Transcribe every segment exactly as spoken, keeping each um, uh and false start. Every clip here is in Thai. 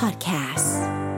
Podcast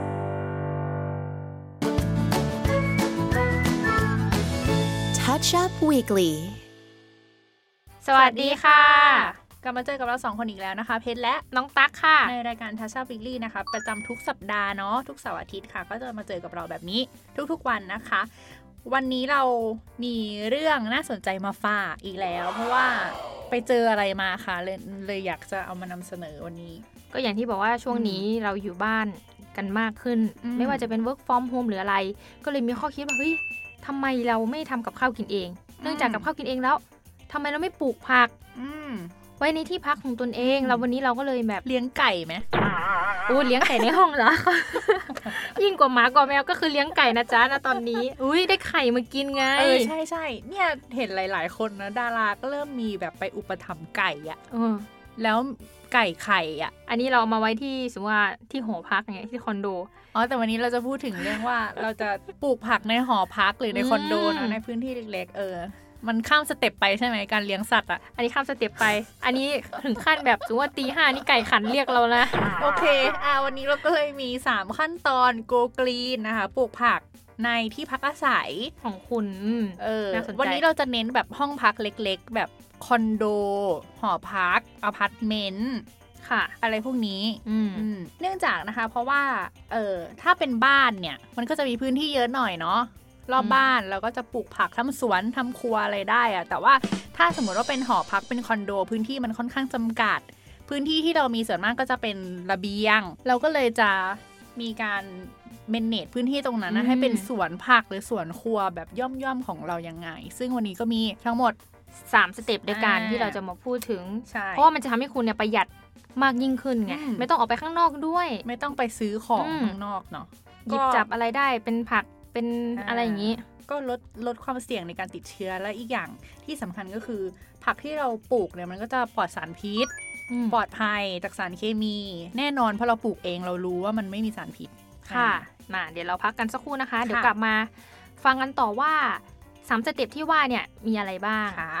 Touch Up Weekly สวัสดีค่ะกลับมาเจอกับเราสองคนอีกแล้วนะคะเพชรและน้องตั๊กค่ะในรายการ Touch Up Weekly นะคะประจำทุกสัปดาห์เนาะทุกเสาร์อาทิตย์ค่ะก็จะมาเจอกับเราแบบนี้ทุกๆวันนะคะวันนี้เรามีเรื่องน่าสนใจมาฝากอีกแล้วเพราะว่าไปเจออะไรมาค่ะเลยเลยอยากจะเอามานำเสนอวันนี้ก็อย่างที่บอกว่าช่วงนี้เราอยู่บ้านกันมากขึ้นไม่ว่าจะเป็น work from home หรืออะไรก็เลยมีข้อคิดว่าเฮ้ยทำไมเราไม่ทำกับข้าวกินเองเนื่องจากกับข้าวกินเองแล้วทำไมเราไม่ปลูกผักไว้ในที่พักของตนเองแล้ววันนี้เราก็เลยแบบเลี้ยงไก่ไหมโอ้เลี้ยงไก่ในห้องเหรอ ยิ่งกว่าหมากว่าแมวก็คือเลี้ยงไก่นะจ๊ะนะตอนนี้อุ้ยได้ไข่มากินไงเออใช่ใช่เนี่ยเห็นหลายๆคนนะดาราก็เริ่มมีแบบไปอุปถัมภ์ไก่อ่ะแล้วไก่ไข่อ่ะอันนี้เรามาไว้ที่สมมติว่าที่หอพักไงที่คอนโดอ๋อแต่วันนี้เราจะพูดถึงเรื่องว่าเราจะปลูกผักในหอพักหรือในคอนโดนะในพื้นที่เล็กๆเออมันข้ามสเต็ปไปใช่ไหมการเลี้ยงสัตว์อ่ะอันนี้ข้ามสเต็ปไปอันนี้ถึงขั้นแบบสมมติว่าตีห้านี่ไก่ขันเรียกเรานะโอเคอ่าวันนี้เราก็เลยมีสามขั้นตอน Go Green นะคะปลูกผักในที่พักอาศัยของคุณเออวันนี้เราจะเน้นแบบห้องพักเล็กๆแบบคอนโดหอพักอพาร์ตเมนต์ค่ะอะไรพวกนี้เนื่องจากนะคะเพราะว่าเออถ้าเป็นบ้านเนี่ยมันก็จะมีพื้นที่เยอะหน่อยเนาะรอบบ้านเราก็จะปลูกผักทำสวนทำครัวอะไรได้อะแต่ว่าถ้าสมมติว่าเป็นหอพักเป็นคอนโดพื้นที่มันค่อนข้างจำกัดพื้นที่ที่เรามีส่วนมากก็จะเป็นระเบียงเราก็เลยจะมีการเมเนจพื้นที่ตรงนั้นนะให้เป็นสวนผักหรือสวนครัวแบบย่อมๆของเรายังไงซึ่งวันนี้ก็มีทั้งหมดสามสเต็ปด้วยกันที่เราจะมาพูดถึงเพราะว่ามันจะทำให้คุณเนี่ยประหยัดมากยิ่งขึ้นไงไม่ต้องออกไปข้างนอกด้วยไม่ต้องไปซื้อของข้างนอกเนาะหยิบจับอะไรได้เป็นผักเป็นอะไรอย่างนี้ก็ลดลดความเสี่ยงในการติดเชื้อและอีกอย่างที่สำคัญก็คือผักที่เราปลูกเนี่ยมันก็จะปลอดสารพิษปลอดภัยจากสารเคมีแน่นอนเพราะเราปลูกเองเรารู้ว่ามันไม่มีสารพิษค่ะมาเดี๋ยวเราพักกันสักครู่นะคะเดี๋ยวกลับมาฟังกันต่อว่าสามสเต็ปที่ว่าเนี่ยมีอะไรบ้างค่ะ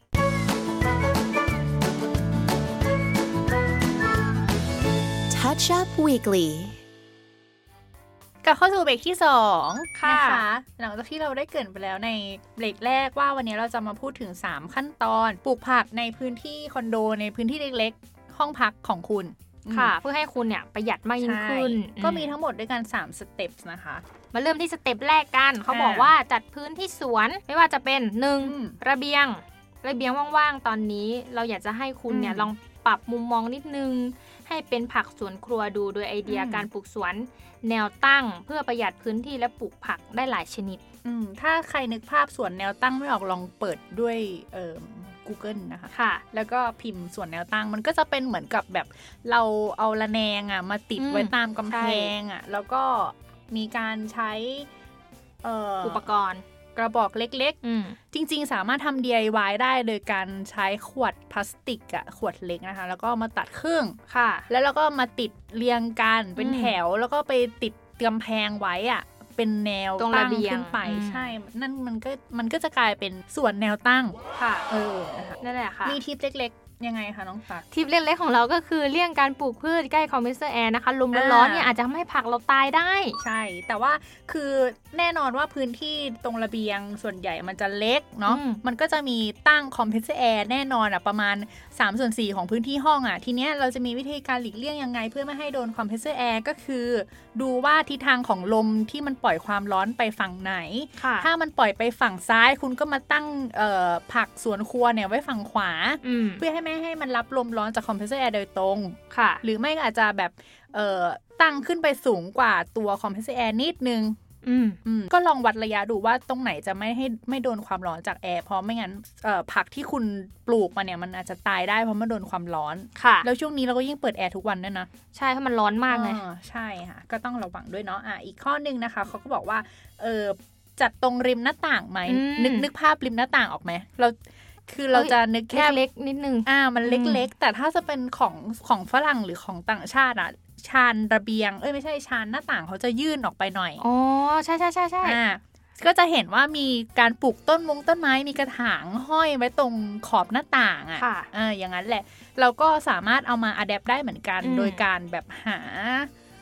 Touch Up Weekly กลับเข้าสู่เบรกที่สองนะคะหลังจากที่เราได้เกริ่นไปแล้วในเบรกแรกว่าวันนี้เราจะมาพูดถึงสามขั้นตอนปลูกผักในพื้นที่คอนโดในพื้นที่เล็กๆห้องพักของคุณค่ะเพื่อให้คุณเนี่ยประหยัดมากยิ่งขึ้นก็มีทั้งหมดด้วยกันสามสเต็ปนะคะมาเริ่มที่สเต็ปแรกกันเขาบอกว่าจัดพื้นที่สวนไม่ว่าจะเป็นหนึ่งระเบียงระเบียงว่างๆตอนนี้เราอยากจะให้คุณเนี่ยลองปรับมุมมองนิดนึงให้เป็นผักสวนครัวดูโดยไอเดียการปลูกสวนแนวตั้งเพื่อประหยัดพื้นที่และปลูกผักได้หลายชนิดถ้าใครนึกภาพสวนแนวตั้งไม่ออกลองเปิดด้วยเอ่อ Google นะคะค่ะแล้วก็พิมพ์สวนแนวตั้งมันก็จะเป็นเหมือนกับแบบเราเอาระแนงอ่ะมาติดไว้ตามกำแพงอ่ะแล้วก็มีการใช้เอ่ออุปกรณ์กระบอกเล็กๆจริงๆสามารถทำ ดี ไอ วาย ได้โดยการใช้ขวดพลาสติกอะขวดเล็กนะคะแล้วก็มาตัดครึ่งค่ะแล้วเราก็มาติดเรียงกันเป็นแถวแล้วก็ไปติดกำแพงไว้อะเป็นแนวตั้งขึ้นไปใช่นั่นมันก็มันก็จะกลายเป็นส่วนแนวตั้งค่ะเออนะคะนั่นแหละค่ะมีทิปเล็กๆยังไงคะน้องฝักทิปเล็กๆของเราก็คือเลี่ยงการปลูกพืชใกล้คอมเพรสเซอร์แอร์นะคะลมร้อนๆเนี่ยอาจจะทำให้ผักเราตายได้ใช่แต่ว่าคือแน่นอนว่าพื้นที่ตรงระเบียงส่วนใหญ่มันจะเล็กเนาะมันก็จะมีตั้งคอมเพรสเซอร์แอร์แน่นอนอ่ะประมาณสามส่วนสี่ของพื้นที่ห้องอ่ะทีเนี้ยเราจะมีวิธีการหลีกเลี่ยงยังไงเพื่อไม่ให้โดนคอมเพรสเซอร์แอร์ก็คือดูว่าทิศทางของลมที่มันปล่อยความร้อนไปฝั่งไหนถ้ามันปล่อยไปฝั่งซ้ายคุณก็มาตั้งผักสวนครัวเนี่ยไว้ฝั่งขวาเพื่อให้ไม่ให้มันรับลมร้อนจากคอมเพรสเซอร์แอร์โดยตรงค่ะหรือไม่ก็อาจจะแบบตั้งขึ้นไปสูงกว่าตัวคอมเพรสเซอร์แอร์นิดนึงก็ลองวัดระยะดูว่าตรงไหนจะไม่ให้ไม่โดนความร้อนจากแอร์เพราะไม่งั้นผักที่คุณปลูกมาเนี่ยมันอาจจะตายได้เพราะมันโดนความร้อนค่ะแล้วช่วงนี้เราก็ยิ่งเปิดแอร์ทุกวันด้วยนะใช่เพราะมันร้อนมากเลยใช่ค่ะก็ต้องระวังด้วยเนาะอ่ะอีกข้อนึงนะคะเขาก็บอกว่าเออจัดตรงริมหน้าต่างไหมนึกนึกภาพริมหน้าต่างออกไหมเราคือเราจะนึกแค่เล็กนิดนึงอ่ามันเล็กๆแต่ถ้าจะเป็นของของฝรั่งหรือของต่างชาติอ่ะชานระเบียงเอ้ยไม่ใช่ชานหน้าต่างเขาจะยื่นออกไปหน่อยอ๋อใช่ใช่ใช่ใช่อ่าก็จะเห็นว่ามีการปลูกต้นมงต้นไม้มีกระถางห้อยไว้ตรงขอบหน้าต่างอ่ะอ่าอย่างนั้นแหละเราก็สามารถเอามาอะแดปได้เหมือนกันโดยการแบบหา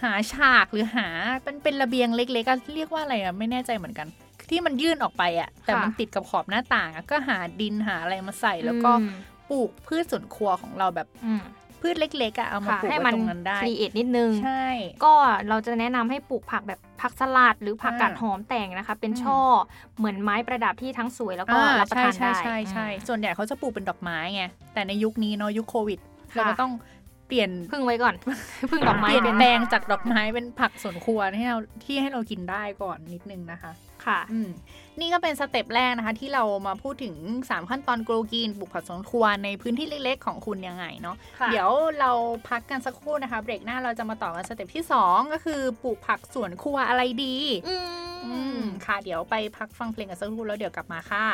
หาฉากหรือหาเป็นเป็นระเบียงเล็กๆก็เรียกว่าอะไรอ่ะไม่แน่ใจเหมือนกันที่มันยื่นออกไปอ่ะแต่มันติดกับขอบหน้าต่างอ่ะก็หาดินหาอะไรมาใส่แล้วก็ปลูกพืชสวนครัวของเราแบบพืชเล็กๆอ่ะเอามาปลูกไว้ตรงนั้นได้ครีเอทนิดนึงใช่ก็เราจะแนะนำให้ปลูกผักแบบผักสลัดหรือผักกาดหอมแต่งนะคะเป็นช่อเหมือนไม้ประดับที่ทั้งสวยแล้วก็รับประทานได้ใช่ใช่ใช่ส่วนใหญ่เขาจะปลูกเป็นดอกไม้ไงแต่ในยุคนี้เนาะยุคโควิดเราก็ต้องเปลี่ยนพึ่งไว้ก่อนพึ่งดอกไม้เปลี่ยนแปลงจากดอกไม้เป็นผักสวนครัวให้เราที่ให้เรากินได้ก่อนนิดนึงนะคะค่ะอืมนี่ก็เป็นสเต็ปแรกนะคะที่เรามาพูดถึงสามขั้นตอนโกลกีนปลูกผักสวนครัวในพื้นที่เล็กๆของคุณยังไงเนาะเดี๋ยวเราพักกันสักครู่นะคะเบรกหน้าเราจะมาต่อกันสเต็ปที่สองก็คือปลูกผักสวนครัวอะไรดีอืมค่ะเดี๋ยวไปพักฟังเพลงกันสักครู่แล้วเดี๋ยวกลับมาค่ะ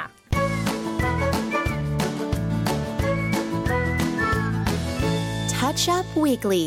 Touch Up Weekly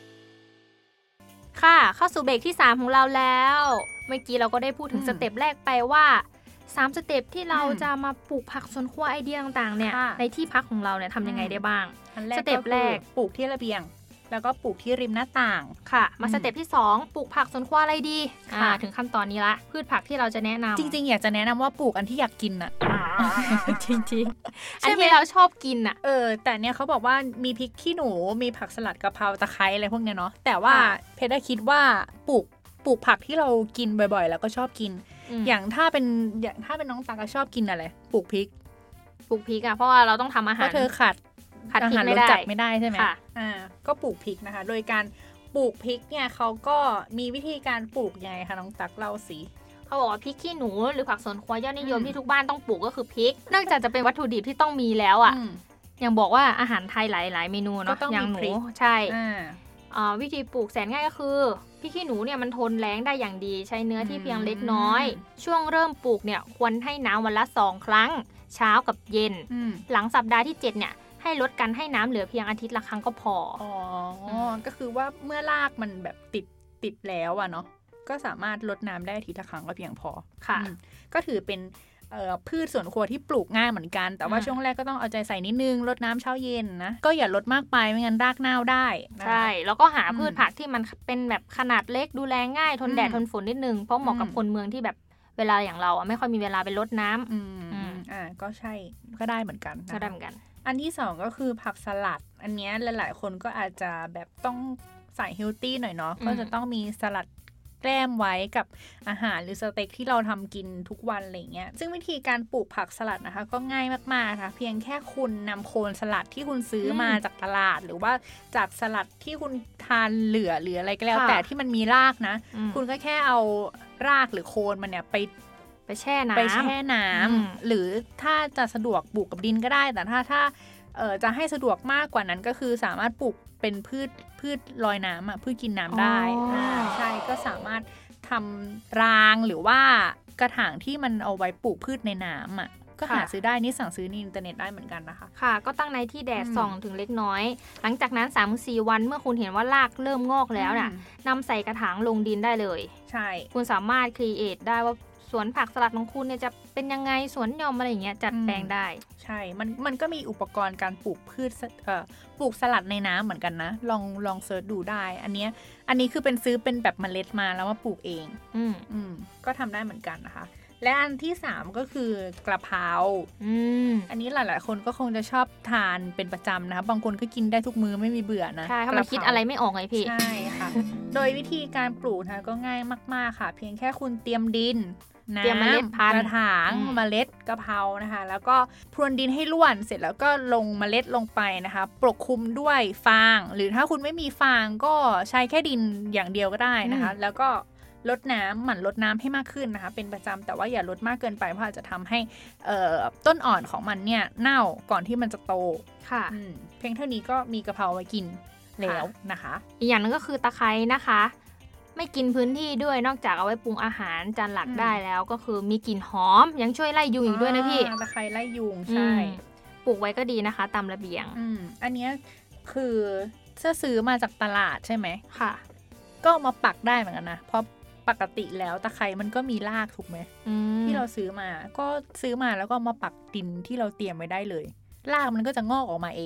ค่ะเข้าสู่เบรกที่สามของเราแล้วเมื่อกี้เราก็ได้พูดถึงสเต็ปแรกไปว่าสามสเต็ปที่เราจะมาปลูกผักสวนครัวไอเดียต่างๆเนี่ยในที่พักของเราเนี่ยทำยังไงได้บ้างสเต็ปแรกปลูกที่ระเบียงแล้วก็ปลูกที่ริมหน้าต่างค่ะมาสเต็ปที่สองปลูกผักสวนครัวอะไรดีอ่าถึงขั้นตอนนี้ละพืชผักที่เราจะแนะนำจริงๆอยากจะแนะนำว่าปลูกอันที่อยากกินอ่ะจริงๆอันที่เราชอบกินอ่ะเออแต่เนี่ยเขาบอกว่ามีพริกขี้หนูมีผักสลัดกะเพราตะไคร้อะไรพวกเนี้ยเนาะแต่ว่าเพชรคิดว่าปลูกปลูกผักที่เรากินบ่อยๆแล้วก็ชอบกินอย่างถ้าเป็นอย่างถ้าเป็นน้องตาก็ชอบกินอะไรปลูกพริกปลูกพริกอ่ะเพราะว่าเราต้องทำอาหารเพราะเธอขัดขัดพริกไม่ได้ไม่ได้ใช่ไหมอ่าก็ปลูกพริกนะคะโดยการปลูกพริกเนี่ยเขาก็มีวิธีการปลูกยังไงคะน้องตักเล่าสิเขาบอกว่าพริกขี้หนูหรือผักสวนครัวยอดนิยมที่ทุกบ้านต้องปลูกก็คือพริกนอกจากจะเป็นวัตถุดิบที่ต้องมีแล้วอ่ะอย่างบอกว่าอาหารไทยหลายๆเมนูเนาะอย่างหนูใช่วิธีปลูกแสนง่ายก็คือพริกขี้หนูเนี่ยมันทนแล้งได้อย่างดีใช้เนื้อที่เพียงเล็กน้อยช่วงเริ่มปลูกเนี่ยควรให้น้ำวันละสองครั้งเช้ากับเย็นหลังสัปดาห์ที่เจ็ดเนี่ยให้ลดกันให้น้ำเหลือเพียงอาทิตย์ละครั้งก็พออ๋อก็คือว่าเมื่อรากมันแบบติดติดแล้วอะเนาะก็สามารถลดน้ำได้อาทิตย์ละครั้งก็เพียงพอค่ะก็ถือเป็นพืชสวนครัวที่ปลูกง่ายเหมือนกันแต่ว่าช่วงแรกก็ต้องเอาใจใส่นิดนึงลดน้ำเช้าเย็นนะก็อย่าลดมากไปไม่งั้นรากเน่าได้ใช่แล้วก็หาพืชผักที่มันเป็นแบบขนาดเล็กดูแลง่ายทนแดดทนฝนนิดนึงเพราะเหมาะกับคนเมืองที่แบบเวลาอย่างเราไม่ค่อยมีเวลาไปรดน้ำอืมอ่าก็ใช่ก็ได้เหมือนกันก็ได้เหมือนกันอันที่สองก็คือผักสลัดอันนี้หลายๆคนก็อาจจะแบบต้องใส่เฮลตี้หน่อยเนาะก็จะต้องมีสลัดแกล้มไว้กับอาหารหรือสเต็กที่เราทำกินทุกวันอะไรเงี้ยซึ่งวิธีการปลูกผักสลัดนะคะก็ง่ายมากๆค่ะเพียงแค่คุณนำโคนสลัดที่คุณซื้อมาจากตลาดหรือว่าจากสลัดที่คุณทานเหลือหรืออะไรก็แล้วแต่ที่มันมีรากนะคุณก็แค่เอารากหรือโคนมันเนี่ยไปไปแช่น้ำไปแช่น้ำหรือถ้าจะสะดวกปลูกกับดินก็ได้แต่ถ้าถ้าเอ่อจะให้สะดวกมากกว่านั้นก็คือสามารถปลูกเป็นพืชพืชลอยน้ำอ่ะพืชกินน้ำได้ใช่ก็สามารถทำรางหรือว่ากระถางที่มันเอาไว้ปลูกพืชในน้ำอ่ะก็หาซื้อได้นี่สั่งซื้อในอินเทอร์เน็ตได้เหมือนกันนะคะค่ะก็ตั้งในที่แดดส่องถึงเล็กน้อยหลังจากนั้น สามถึงสี่ วันเมื่อคุณเห็นว่ารากเริ่มงอกแล้วน่ะนำใส่กระถางลงดินได้เลยใช่คุณสามารถครีเอทได้ว่าสวนผักสลัดของคุณเนี่ยจะเป็นยังไงสวนหย่อมอะไรอย่างเงี้ยจัดแปลงได้ใช่มันมันก็มีอุปกรณ์การปลูกพืชเอ่อปลูกสลัดในน้ำเหมือนกันนะลองลองเสิร์ชดูได้อันเนี้ยอันนี้คือเป็นซื้อเป็นแบบเมล็ดมาแล้วมาปลูกเองอืมอืมก็ทำได้เหมือนกันนะคะและอันที่สามก็คือกระเพราอืมอันนี้หลายๆคนก็คงจะชอบทานเป็นประจำนะคะบางคนก็กินได้ทุกมื้อไม่มีเบื่อนะใช่ถ้ามันคิดอะไรไม่ออกไงพี่ใช่ค่ะ โดยวิธีการปลูกนะก็ง่ายมากๆค่ะเพียงแค่คุณเตรียมดินน้ำเมล็ดพันธุ์กระถางเมล็ดกะเพรานะคะแล้วก็พรวนดินให้ร่วนเสร็จแล้วก็ลงเมล็ดลงไปนะคะปกคลุมด้วยฟางหรือถ้าคุณไม่มีฟางก็ใช้แค่ดินอย่างเดียวก็ได้นะคะแล้วก็ลดน้ำหมั่นลดน้ำให้มากขึ้นนะคะเป็นประจำแต่ว่าอย่าลดมากเกินไปเพราะอาจจะทำให้ต้นอ่อนของมันเนี่ยเน่าก่อนที่มันจะโตค่ะเพียงเท่านี้ก็มีกะเพราไว้กินแล้วนะคะอีกอย่างนึงก็คือตะไคร้นะคะไม่กินพื้นที่ด้วยนอกจากเอาไว้ปรุงอาหารจานหลักได้แล้วก็คือมีกลิ่นหอมยังช่วยไล่ยุงอีกด้วยนะพี่ตะไคร้ไล่ยุงใช่ปลูกไว้ก็ดีนะคะตามระเบียงอืมอันนี้คือถ้าซื้อมาจากตลาดใช่ไหมค่ะก็มาปักได้เหมือนกันนะเพราะปกติแล้วตะไคร้มันก็มีรากถูกไหมที่เราซื้อมาก็ซื้อมาแล้วก็มาปักดินที่เราเตรียมไว้ได้เลยรากมันก็จะงอกออกมาเอง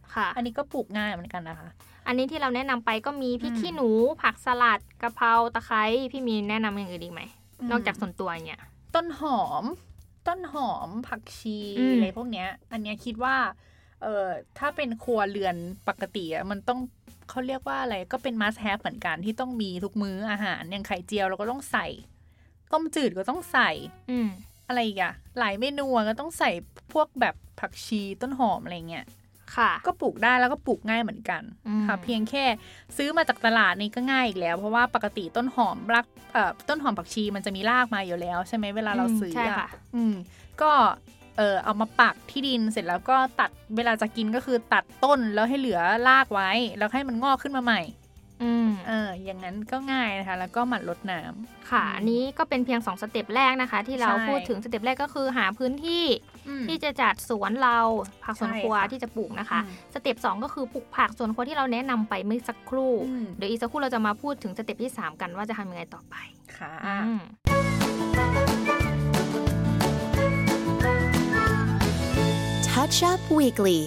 ค่ะอันนี้ก็ปลูกง่ายเหมือนกันนะคะอันนี้ที่เราแนะนำไปก็มีพริกขี้หนูผักสลัดกะเพราตะไคร้พี่มีแนะนำอย่างอื่นอีกไหมนอกจากส่วนตัวเนี่ยต้นหอมต้นหอมผักชีอะไรพวกเนี้ยอันเนี้ยคิดว่าเอ่อถ้าเป็นครัวเรือนปกติอ่ะมันต้องเขาเรียกว่าอะไรก็เป็น must have เหมือนกันที่ต้องมีทุกมื้ออาหารอย่างไข่เจียวเราก็ต้องใส่ต้มจืดก็ต้องใส่อะไรอีกอะหลายเมนูก็ต้องใส่พวกแบบผักชีต้นหอมอะไรเงี้ยค่ะก็ปลูกได้แล้วก็ปลูกง่ายเหมือนกันค่ะเพียงแค่ซื้อมาจากตลาดนี่ก็ง่ายอีกแล้วเพราะว่าปกติต้นหอมรากเอ่อต้นหอมผักชีมันจะมีรากมาอยู่แล้วใช่ไหมเวลาเราซื้อใช่ค่ะอืมก็เออเอามาปักที่ดินเสร็จแล้วก็ตัดเวลาจะกินก็คือตัดต้นแล้วให้เหลือรากไว้แล้วให้มันงอกขึ้นมาใหม่อืมเอออย่างนั้นก็ง่ายนะคะแล้วก็หมั่นรดน้ำค่ะอันนี้ก็เป็นเพียงสองสเต็ปแรกนะคะที่เราพูดถึงสเต็ปแรกก็คือหาพื้นที่ที่จะจัดสวนเราผักสวนครัวที่จะปลูกนะคะสเต็ปสองก็คือปลูกผักสวนครัวที่เราแนะนำไปเมื่อสักครู่เดี๋ยวอีกสักครู่เราจะมาพูดถึงสเต็ปที่สามกันว่าจะทำยังไงต่อไปค่ะ Touch Up Weekly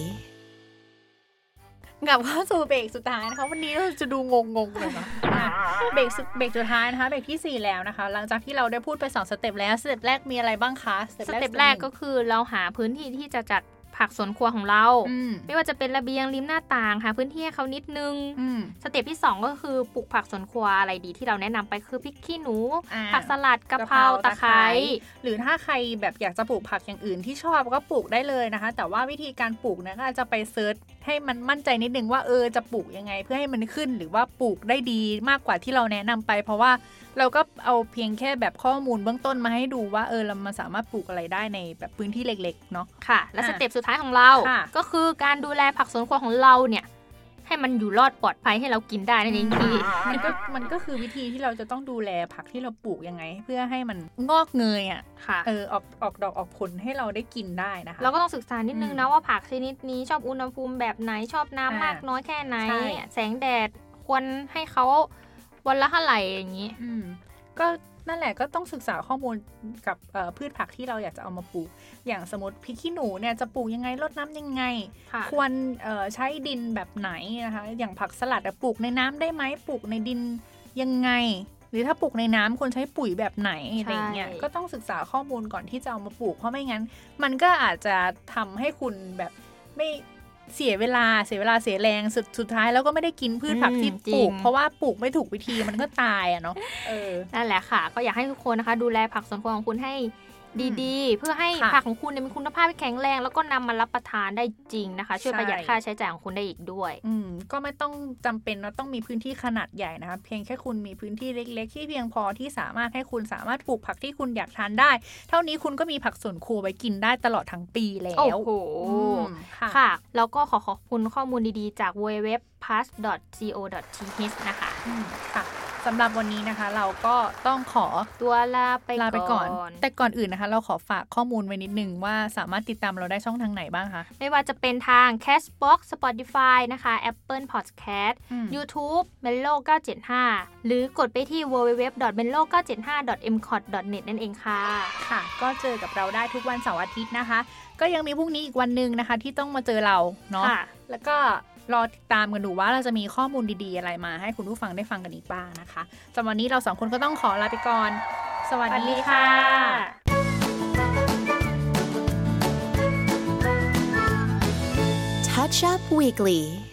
กลับเข้าสู่เบรกสุดท้ายนะคะวันนี้เราจะดูงงๆเลยนะเบรกเบรกสุดท้ายนะคะเบรกที่สี่แล้วนะคะหลังจากที่เราได้พูดไปสองสเต็ปแล้วสเต็ปแรกมีอะไรบ้างคะสเต็ปแรกก็คือเราหาพื้นที่ที่จะจัดผักสวนครัวของเราไม่ว่าจะเป็นระเบียงริมหน้าต่างหาพื้นที่ให้เขานิดนึงสเต็ปที่สองก็คือปลูกผักสวนครัวอะไรดีที่เราแนะนำไปคือพริกขี้หนูผักสลัดกะเพราตะไคร้หรือถ้าใครแบบอยากจะปลูกผักอย่างอื่นที่ชอบก็ปลูกได้เลยนะคะแต่ว่าวิธีการปลูกเนี่ยก็อาจจะไปเซิร์ชให้มันมั่นใจนิดนึงว่าเออจะปลูกยังไงเพื่อให้มันขึ้นหรือว่าปลูกได้ดีมากกว่าที่เราแนะนำไปเพราะว่าเราก็เอาเพียงแค่แบบข้อมูลเบื้องต้นมาให้ดูว่าเออเรามาสามารถปลูกอะไรได้ในแบบพื้นที่เล็กๆเนาะค่ะและสเต็ปสุดท้ายของเราก็คือการดูแลผักสวนครัวของเราเนี่ยให้มันอยู่รอดปลอดภัยให้เรากินได้นั่นเองพี่มันก็มันก็คือวิธีที่เราจะต้องดูแลผักที่เราปลูกยังไงเพื่อให้มันงอกเงยอ่ะเออออกออกดอกออกผลให้เราได้กินได้นะคะเราก็ต้องศึกษานิดนึงนะว่าผักชนิดนี้ชอบอุณหภูมิแบบไหนชอบน้ำมากน้อยแค่ไหนแสงแดดควรให้เขาวันละเท่าไหร่อย่างนี้ก็นั่นแหละก็ต้องศึกษาข้อมูลกับพืชผักที่เราอยากจะเอามาปลูกอย่างสมมติพริกขี้หนูเนี่ยจะปลูกยังไงรดน้ำยังไงควรใช้ดินแบบไหนนะคะอย่างผักสลัดปลูกในน้ำได้ไหมปลูกในดินยังไงหรือถ้าปลูกในน้ำควรใช้ปุ๋ยแบบไหนอะไรเงี้ยก็ต้องศึกษาข้อมูลก่อนที่จะเอามาปลูกเพราะไม่งั้นมันก็อาจจะทำให้คุณแบบไม่เสียเวลาเสียเวลาเสียแรงสุดสุดท้ายแล้วก็ไม่ได้กินพืชผักที่ปลูกเพราะว่าปลูกไม่ถูกวิธีมันก็ตายอ่ะเนาะเออนั่นแหละค่ะก็อยากให้ทุกคนนะคะดูแลผักสวนครัวของคุณให้ดีๆเพื่อให้ผักของคุณมีคุณภาพที่แข็งแรงแล้วก็นำมารับประทานได้จริงนะคะช่วยประหยัดค่าใช้จ่ายของคุณได้อีกด้วยอืมก็ไม่ต้องจำเป็นว่าต้องมีพื้นที่ขนาดใหญ่นะคะเพียงแค่คุณมีพื้นที่เล็กๆที่เพียงพอที่สามารถให้คุณสามารถปลูกผักที่คุณอยากทานได้เท่านี้คุณก็มีผักสวนครัวไว้กินได้ตลอดทั้งปีแล้วโอ้โหค่ะแล้วก็ขอขอบคุณข้อมูลดีๆจาก ดับเบิลยู ดับเบิลยู ดับเบิลยู ดอท พัส ดอท ซี โอ ดอท ที เอช นะคะค่ะสำหรับวันนี้นะคะเราก็ต้องขอตัวลาไปลาไปก่อนแต่ก่อนอื่นนะคะเราขอฝากข้อมูลไว้นิดนึงว่าสามารถติดตามเราได้ช่องทางไหนบ้างคะไม่ว่าจะเป็นทาง Castbox Spotify นะคะ Apple Podcast YouTube Mello เก้าเจ็ดห้าหรือกดไปที่ ดับเบิลยู ดับเบิลยู ดับเบิลยู ดอท mello เก้าเจ็ดห้า ดอท เอ็ม คอท ดอท เน็ต นั่นเองค่ะค่ะก็เจอกับเราได้ทุกวันเสาร์อาทิตย์นะคะก็ยังมีพรุ่งนี้อีกวันนึงนะคะที่ต้องมาเจอเราเนาะแล้วก็รอติดตามกันดูว่าเราจะมีข้อมูลดีๆอะไรมาให้คุณผู้ฟังได้ฟังกันอีกบ้างนะคะสำหรับวันนี้เราสองคนก็ต้องขอลาไปก่อนสวัสดีค่ะ Touch Up Weekly